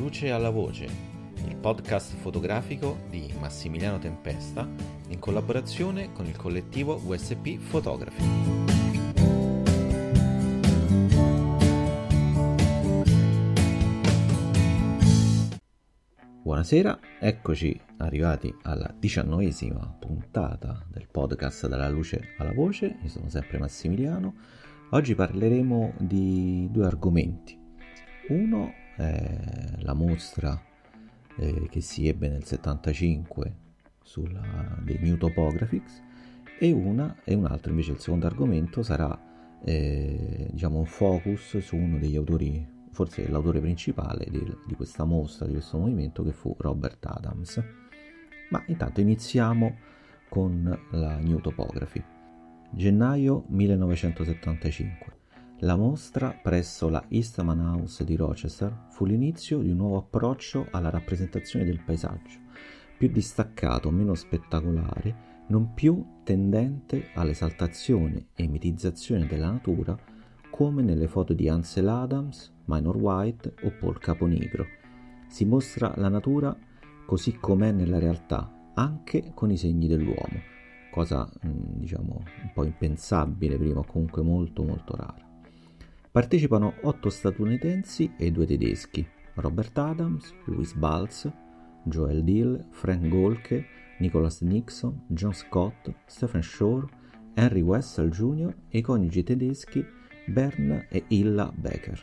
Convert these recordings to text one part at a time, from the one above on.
luce alla voce, il podcast fotografico di Massimiliano Tempesta in collaborazione con il collettivo USP Photography. Buonasera, eccoci arrivati alla 19ª puntata del podcast Dalla luce alla voce. Io sono sempre Massimiliano. Oggi parleremo di due argomenti. Uno è la mostra che si ebbe nel 75 dei New Topographics e un altro invece, il secondo argomento sarà un focus su uno degli autori, forse l'autore principale di questa mostra, di questo movimento, che fu Robert Adams. Ma intanto iniziamo con la New Topography. Gennaio 1975. La mostra presso la Eastman House di Rochester fu l'inizio di un nuovo approccio alla rappresentazione del paesaggio, più distaccato, meno spettacolare, non più tendente all'esaltazione e mitizzazione della natura come nelle foto di Ansel Adams, Minor White o Paul Caponigro. Si mostra la natura così com'è nella realtà, anche con i segni dell'uomo, cosa un po' impensabile prima, o comunque molto molto rara. Partecipano 8 statunitensi e 2 tedeschi: Robert Adams, Louis Balz, Joel Dill, Frank Golke, Nicholas Nixon, John Scott, Stephen Shore, Henry Wessel Jr. e i coniugi tedeschi Bern e Illa Becker.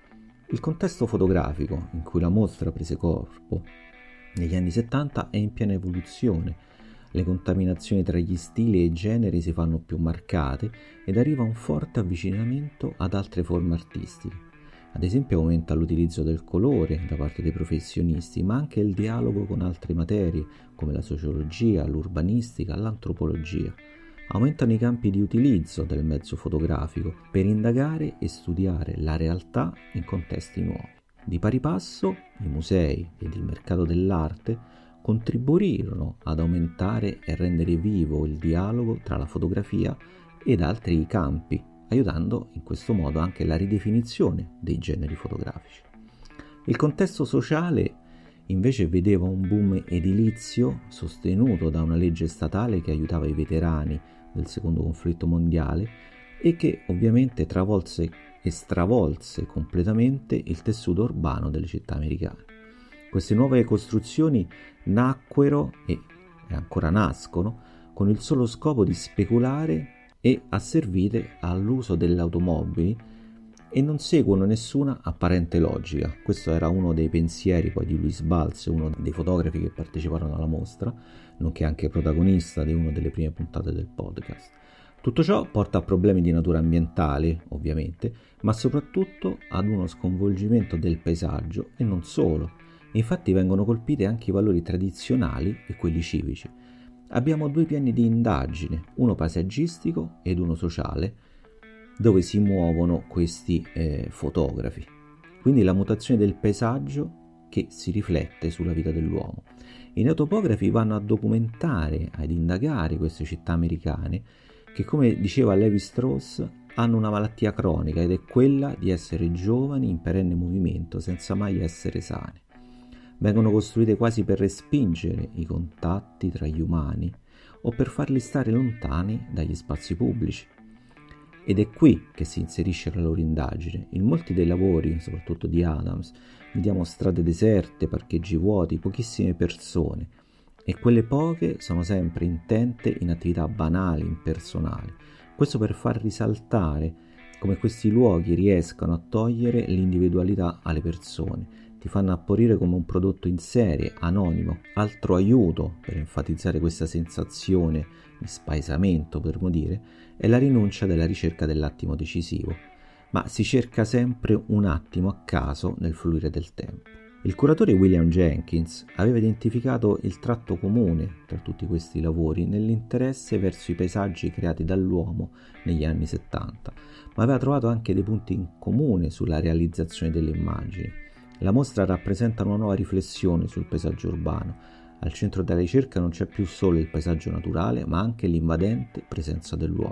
Il contesto fotografico in cui la mostra prese corpo negli anni 70 è in piena evoluzione. Le contaminazioni tra gli stili e i generi si fanno più marcate ed arriva un forte avvicinamento ad altre forme artistiche. Ad esempio aumenta l'utilizzo del colore da parte dei professionisti, ma anche il dialogo con altre materie come la sociologia, l'urbanistica, l'antropologia. Aumentano i campi di utilizzo del mezzo fotografico per indagare e studiare la realtà in contesti nuovi. Di pari passo, i musei ed il mercato dell'arte contribuirono ad aumentare e rendere vivo il dialogo tra la fotografia ed altri campi, aiutando in questo modo anche la ridefinizione dei generi fotografici. Il contesto sociale invece vedeva un boom edilizio sostenuto da una legge statale che aiutava i veterani del secondo conflitto mondiale e che ovviamente travolse e stravolse completamente il tessuto urbano delle città americane. Queste nuove costruzioni nacquero e ancora nascono con il solo scopo di speculare e asservire all'uso delle automobili e non seguono nessuna apparente logica. Questo era uno dei pensieri poi di Louis Balz, uno dei fotografi che parteciparono alla mostra, nonché anche protagonista di una delle prime puntate del podcast. Tutto ciò porta a problemi di natura ambientale, ovviamente, ma soprattutto ad uno sconvolgimento del paesaggio e non solo. Infatti vengono colpiti anche i valori tradizionali e quelli civici. Abbiamo 2 piani di indagine, uno paesaggistico ed uno sociale, dove si muovono questi fotografi. Quindi la mutazione del paesaggio che si riflette sulla vita dell'uomo. I neotopografi vanno a documentare, ad indagare queste città americane che, come diceva Lévi-Strauss, hanno una malattia cronica ed è quella di essere giovani in perenne movimento senza mai essere sani. Vengono costruite quasi per respingere i contatti tra gli umani o per farli stare lontani dagli spazi pubblici. Ed è qui che si inserisce la loro indagine. In molti dei lavori, soprattutto di Adams, vediamo strade deserte, parcheggi vuoti, pochissime persone, e quelle poche sono sempre intente in attività banali, impersonali. Questo per far risaltare come questi luoghi riescano a togliere l'individualità alle persone, ti fanno apparire come un prodotto in serie, anonimo. Altro aiuto per enfatizzare questa sensazione di spaesamento, per dire, è la rinuncia della ricerca dell'attimo decisivo, ma si cerca sempre un attimo a caso nel fluire del tempo. Il curatore William Jenkins aveva identificato il tratto comune tra tutti questi lavori nell'interesse verso i paesaggi creati dall'uomo negli anni 70, ma aveva trovato anche dei punti in comune sulla realizzazione delle immagini. La mostra rappresenta una nuova riflessione sul paesaggio urbano. Al centro della ricerca non c'è più solo il paesaggio naturale, ma anche l'invadente presenza dell'uomo.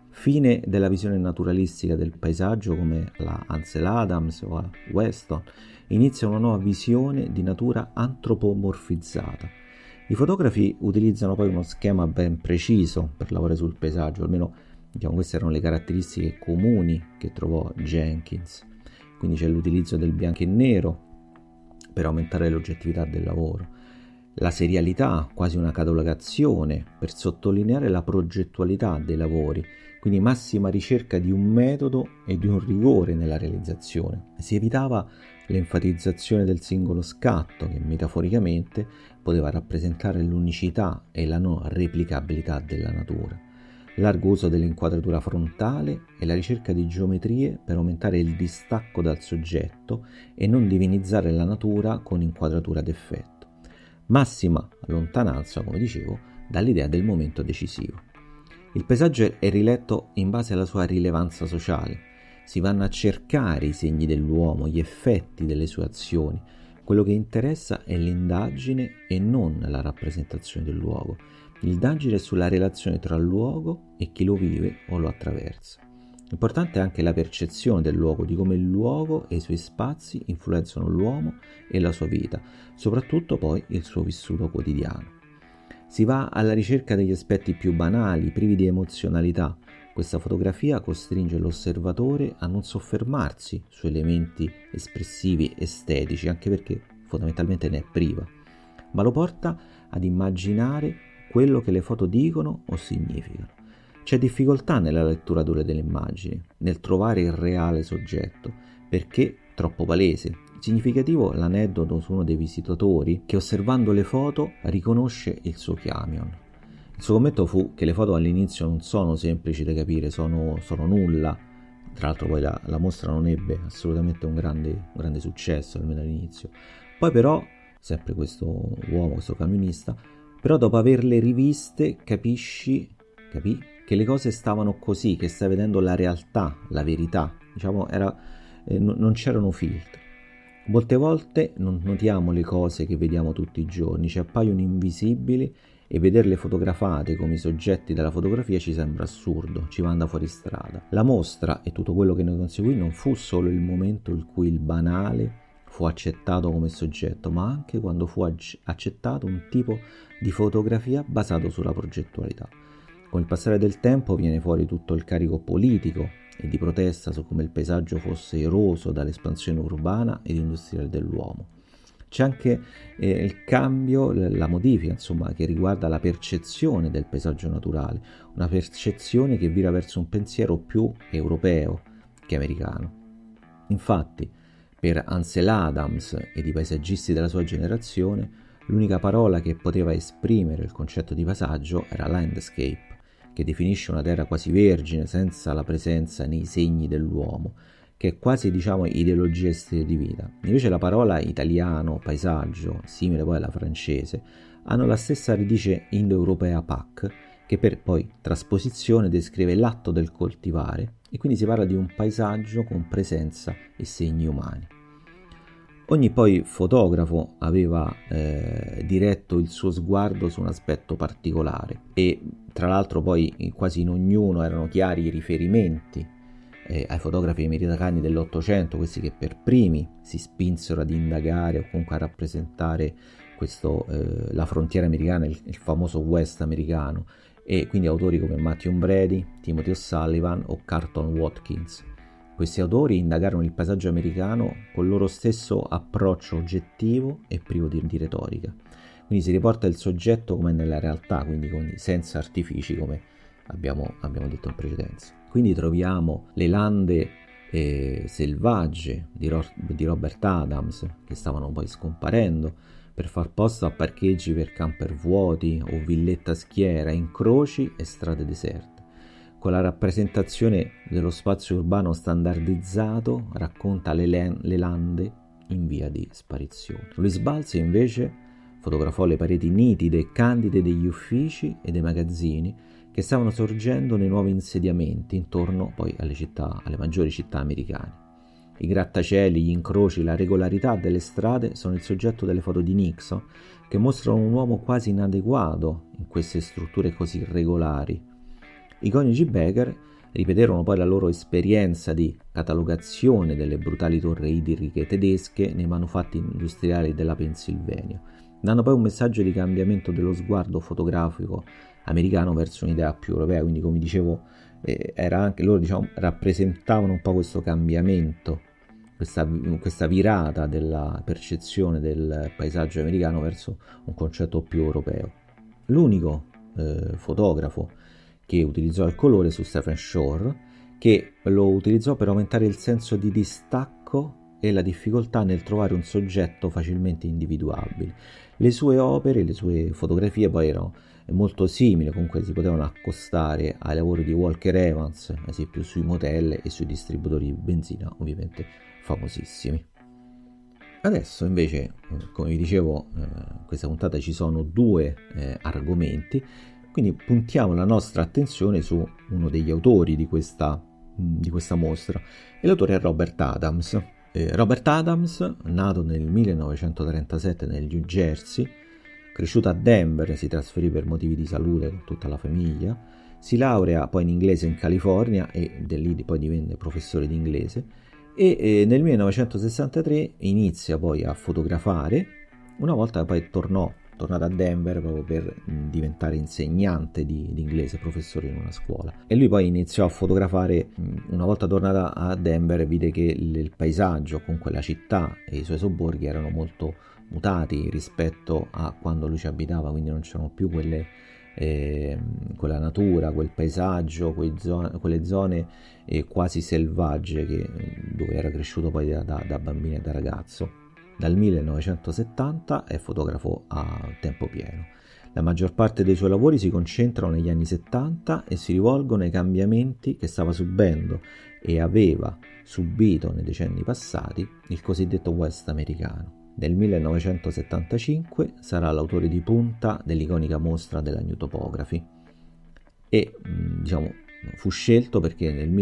Fine della visione naturalistica del paesaggio come la Ansel Adams o la Weston, inizia una nuova visione di natura antropomorfizzata. I fotografi utilizzano poi uno schema ben preciso per lavorare sul paesaggio, almeno queste erano le caratteristiche comuni che trovò Jenkins. Quindi c'è l'utilizzo del bianco e nero per aumentare l'oggettività del lavoro, la serialità, quasi una catalogazione per sottolineare la progettualità dei lavori, quindi massima ricerca di un metodo e di un rigore nella realizzazione. Si evitava l'enfatizzazione del singolo scatto che metaforicamente poteva rappresentare l'unicità e la non replicabilità della natura, largo uso dell'inquadratura frontale e la ricerca di geometrie per aumentare il distacco dal soggetto e non divinizzare la natura con inquadratura d'effetto. Massima lontananza, come dicevo, dall'idea del momento decisivo. Il paesaggio è riletto in base alla sua rilevanza sociale. Si vanno a cercare i segni dell'uomo, gli effetti delle sue azioni. Quello che interessa è l'indagine e non la rappresentazione del luogo. L'indagine è sulla relazione tra il luogo e chi lo vive o lo attraversa. Importante è anche la percezione del luogo, di come il luogo e i suoi spazi influenzano l'uomo e la sua vita, soprattutto poi il suo vissuto quotidiano. Si va alla ricerca degli aspetti più banali, privi di emozionalità. Questa fotografia costringe l'osservatore a non soffermarsi su elementi espressivi estetici, anche perché fondamentalmente ne è priva, ma lo porta ad immaginare quello che le foto dicono o significano. C'è difficoltà nella lettura delle immagini, nel trovare il reale soggetto, perché troppo palese. Significativo l'aneddoto su uno dei visitatori che, osservando le foto, riconosce il suo camion. Il suo commento fu che le foto all'inizio non sono semplici da capire, sono nulla. Tra l'altro poi la mostra non ebbe assolutamente un grande successo, almeno all'inizio. Poi però, sempre questo uomo, questo camionista, però dopo averle riviste capì che le cose stavano così, che stai vedendo la realtà, la verità. Non c'erano filtri. Molte volte non notiamo le cose che vediamo tutti i giorni, ci appaiono invisibili e vederle fotografate come i soggetti della fotografia ci sembra assurdo, ci manda fuori strada. La mostra e tutto quello che ne conseguì non fu solo il momento in cui il banale fu accettato come soggetto, ma anche quando fu accettato un tipo di fotografia basato sulla progettualità. Con il passare del tempo viene fuori tutto il carico politico e di protesta su come il paesaggio fosse eroso dall'espansione urbana ed industriale dell'uomo. C'è anche il cambio, la modifica, che riguarda la percezione del paesaggio naturale, una percezione che vira verso un pensiero più europeo che americano. Infatti, per Ansel Adams ed i paesaggisti della sua generazione, l'unica parola che poteva esprimere il concetto di paesaggio era landscape, che definisce una terra quasi vergine, senza la presenza nei segni dell'uomo, che è quasi ideologia e stile di vita. Invece la parola italiano, paesaggio, simile poi alla francese, hanno la stessa radice indoeuropea pac, che per poi trasposizione descrive l'atto del coltivare, e quindi si parla di un paesaggio con presenza e segni umani. Ogni poi fotografo aveva diretto il suo sguardo su un aspetto particolare e tra l'altro poi quasi in ognuno erano chiari i riferimenti ai fotografi americani dell'Ottocento, questi che per primi si spinsero ad indagare o comunque a rappresentare la frontiera americana, il famoso West americano, e quindi autori come Matthew Brady, Timothy O'Sullivan o Carlton Watkins. Questi autori indagarono il paesaggio americano con il loro stesso approccio oggettivo e privo di retorica. Quindi si riporta il soggetto come nella realtà, quindi senza artifici, come abbiamo detto in precedenza. Quindi troviamo le lande selvagge di Robert Adams, che stavano poi scomparendo, per far posto a parcheggi per camper vuoti o villette a schiera, incroci e strade deserte. Con la rappresentazione dello spazio urbano standardizzato racconta le lande in via di sparizione. Louis Balse invece fotografò le pareti nitide e candide degli uffici e dei magazzini che stavano sorgendo nei nuovi insediamenti intorno poi alle maggiori città americane. I grattacieli, gli incroci, la regolarità delle strade sono il soggetto delle foto di Nixon, che mostrano un uomo quasi inadeguato in queste strutture così irregolari. I coniugi Becker ripeterono poi la loro esperienza di catalogazione delle brutali torri idriche tedesche nei manufatti industriali della Pennsylvania. Danno poi un messaggio di cambiamento dello sguardo fotografico americano verso un'idea più europea, quindi come dicevo era anche loro, diciamo, rappresentavano un po' questo cambiamento, questa virata della percezione del paesaggio americano verso un concetto più europeo. L'unico fotografo che utilizzò il colore su Stephen Shore, che lo utilizzò per aumentare il senso di distacco e la difficoltà nel trovare un soggetto facilmente individuabile. Le sue opere, le sue fotografie poi erano molto simili, comunque si potevano accostare ai lavori di Walker Evans, ad esempio sui motel e sui distributori di benzina, ovviamente famosissimi. Adesso invece, come vi dicevo, in questa puntata ci sono due argomenti, quindi puntiamo la nostra attenzione su uno degli autori di questa mostra, e l'autore è Robert Adams. Robert Adams, nato nel 1937 nel New Jersey, cresciuto a Denver, si trasferì per motivi di salute con tutta la famiglia, si laurea poi in inglese in California e da lì poi divenne professore di inglese e nel 1963 inizia poi a fotografare, una volta poi tornato a Denver proprio per diventare insegnante di inglese, professore in una scuola. E lui poi iniziò a fotografare, una volta tornata a Denver vide che il paesaggio, comunque la città e i suoi sobborghi erano molto mutati rispetto a quando lui ci abitava, quindi non c'erano più quella natura, quel paesaggio, quelle zone quasi selvagge dove era cresciuto poi da bambino e da ragazzo. Dal 1970 è fotografo a tempo pieno. La maggior parte dei suoi lavori si concentrano negli anni 70 e si rivolgono ai cambiamenti che stava subendo e aveva subito nei decenni passati il cosiddetto West americano. Nel 1975 sarà l'autore di punta dell'iconica mostra della New Topography e fu scelto perché nel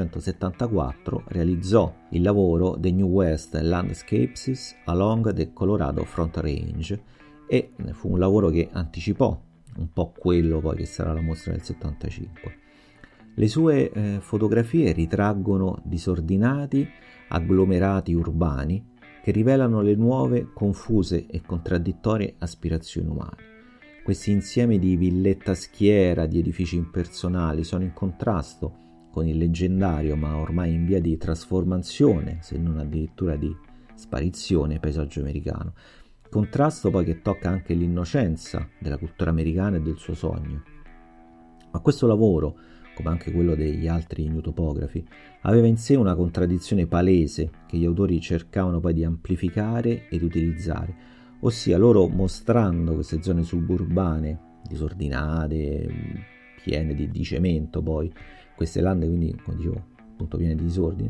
1974 realizzò il lavoro The New West Landscapes Along the Colorado Front Range e fu un lavoro che anticipò un po' quello poi che sarà la mostra del 75. Le sue fotografie ritraggono disordinati agglomerati urbani che rivelano le nuove, confuse e contraddittorie aspirazioni umane. Questi insiemi di villette a schiera, di edifici impersonali, sono in contrasto con il leggendario, ma ormai in via di trasformazione, se non addirittura di sparizione, paesaggio americano. Contrasto poi che tocca anche l'innocenza della cultura americana e del suo sogno. Ma questo lavoro, come anche quello degli altri new topografi, aveva in sé una contraddizione palese che gli autori cercavano poi di amplificare ed utilizzare, ossia loro mostrando queste zone suburbane, disordinate, piene di cemento poi, queste lande quindi, come dicevo, appunto piene di disordine,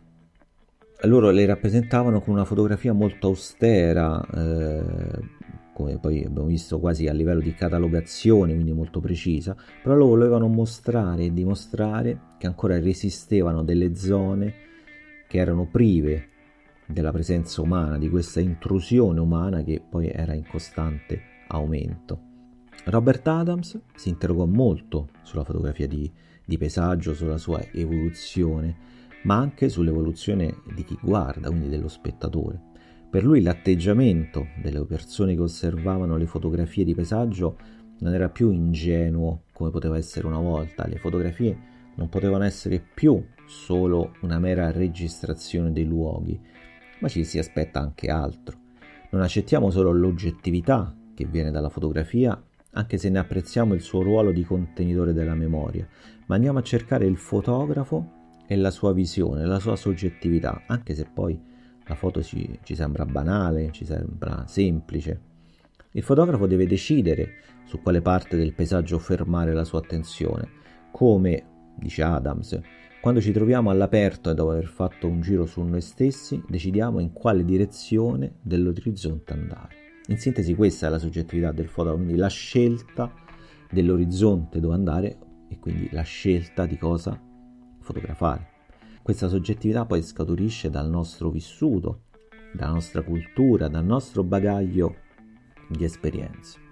loro le rappresentavano con una fotografia molto austera, come poi abbiamo visto quasi a livello di catalogazione, quindi molto precisa, però lo volevano mostrare e dimostrare che ancora resistevano delle zone che erano prive della presenza umana, di questa intrusione umana che poi era in costante aumento. Robert Adams si interrogò molto sulla fotografia di paesaggio, sulla sua evoluzione, ma anche sull'evoluzione di chi guarda, quindi dello spettatore. Per lui l'atteggiamento delle persone che osservavano le fotografie di paesaggio non era più ingenuo come poteva essere una volta. Le fotografie non potevano essere più solo una mera registrazione dei luoghi, ma ci si aspetta anche altro. Non accettiamo solo l'oggettività che viene dalla fotografia, anche se ne apprezziamo il suo ruolo di contenitore della memoria, ma andiamo a cercare il fotografo e la sua visione, la sua soggettività, anche se poi la foto ci sembra banale, ci sembra semplice. Il fotografo deve decidere su quale parte del paesaggio fermare la sua attenzione. Come dice Adams, quando ci troviamo all'aperto e dopo aver fatto un giro su noi stessi, decidiamo in quale direzione dell'orizzonte andare. In sintesi questa è la soggettività del fotografo, quindi la scelta dell'orizzonte dove andare e quindi la scelta di cosa fotografare. Questa soggettività poi scaturisce dal nostro vissuto, dalla nostra cultura, dal nostro bagaglio di esperienze.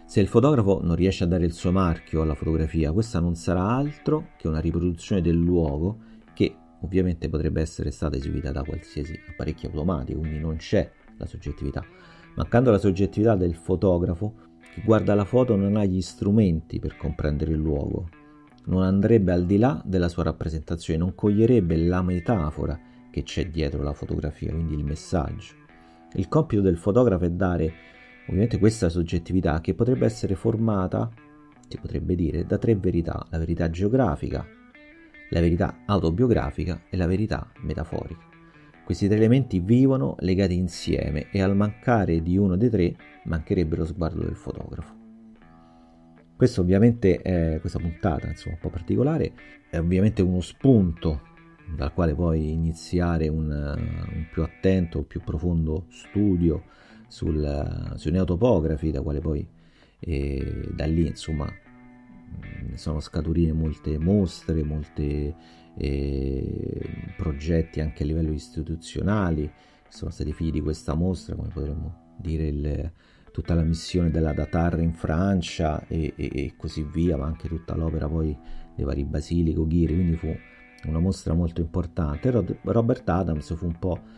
Se il fotografo non riesce a dare il suo marchio alla fotografia, questa non sarà altro che una riproduzione del luogo che ovviamente potrebbe essere stata eseguita da qualsiasi apparecchio automatico, quindi non c'è la soggettività. Mancando la soggettività del fotografo, chi guarda la foto non ha gli strumenti per comprendere il luogo, non andrebbe al di là della sua rappresentazione, non coglierebbe la metafora che c'è dietro la fotografia, quindi il messaggio. Il compito del fotografo è dare ovviamente questa soggettività che potrebbe essere formata, si potrebbe dire, da 3 verità: la verità geografica, la verità autobiografica e la verità metaforica. Questi 3 elementi vivono legati insieme e al mancare di uno dei 3 mancherebbe lo sguardo del fotografo. Questo ovviamente questa puntata, insomma, un po' particolare, è ovviamente uno spunto dal quale poi iniziare un più attento, più profondo studio sui neotopografi, da quale poi da lì insomma sono scaturite molte mostre, molti progetti anche a livello istituzionali sono stati figli di questa mostra, come potremmo dire tutta la missione della Datar in Francia e così via, ma anche tutta l'opera poi dei vari Basilico, Ghiri, quindi fu una mostra molto importante. Robert Adams fu un po'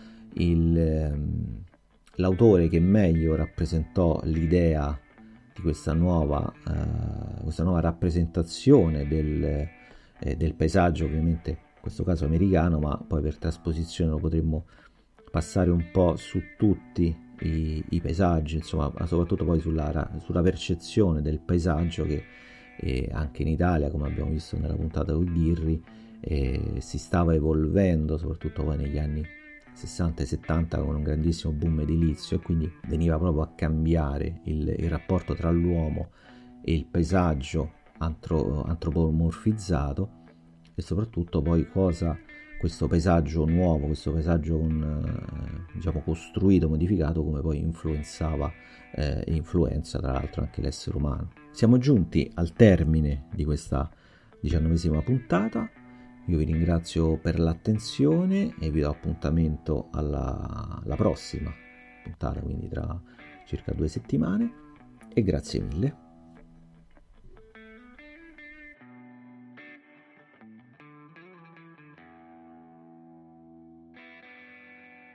l'autore che meglio rappresentò l'idea di questa nuova rappresentazione del paesaggio, ovviamente in questo caso americano, ma poi per trasposizione lo potremmo passare un po' su tutti i paesaggi, insomma, soprattutto poi sulla percezione del paesaggio che anche in Italia, come abbiamo visto nella puntata con Ghirri, si stava evolvendo, soprattutto poi negli anni 60 e 70 con un grandissimo boom edilizio, e quindi veniva proprio a cambiare il rapporto tra l'uomo e il paesaggio antropomorfizzato, e soprattutto poi cosa questo paesaggio nuovo, questo paesaggio diciamo costruito, modificato, come poi influenzava e influenza tra l'altro anche l'essere umano. Siamo giunti al termine di questa 19ª puntata. Io vi ringrazio per l'attenzione e vi do appuntamento alla prossima puntata, quindi tra circa 2 settimane, e grazie mille.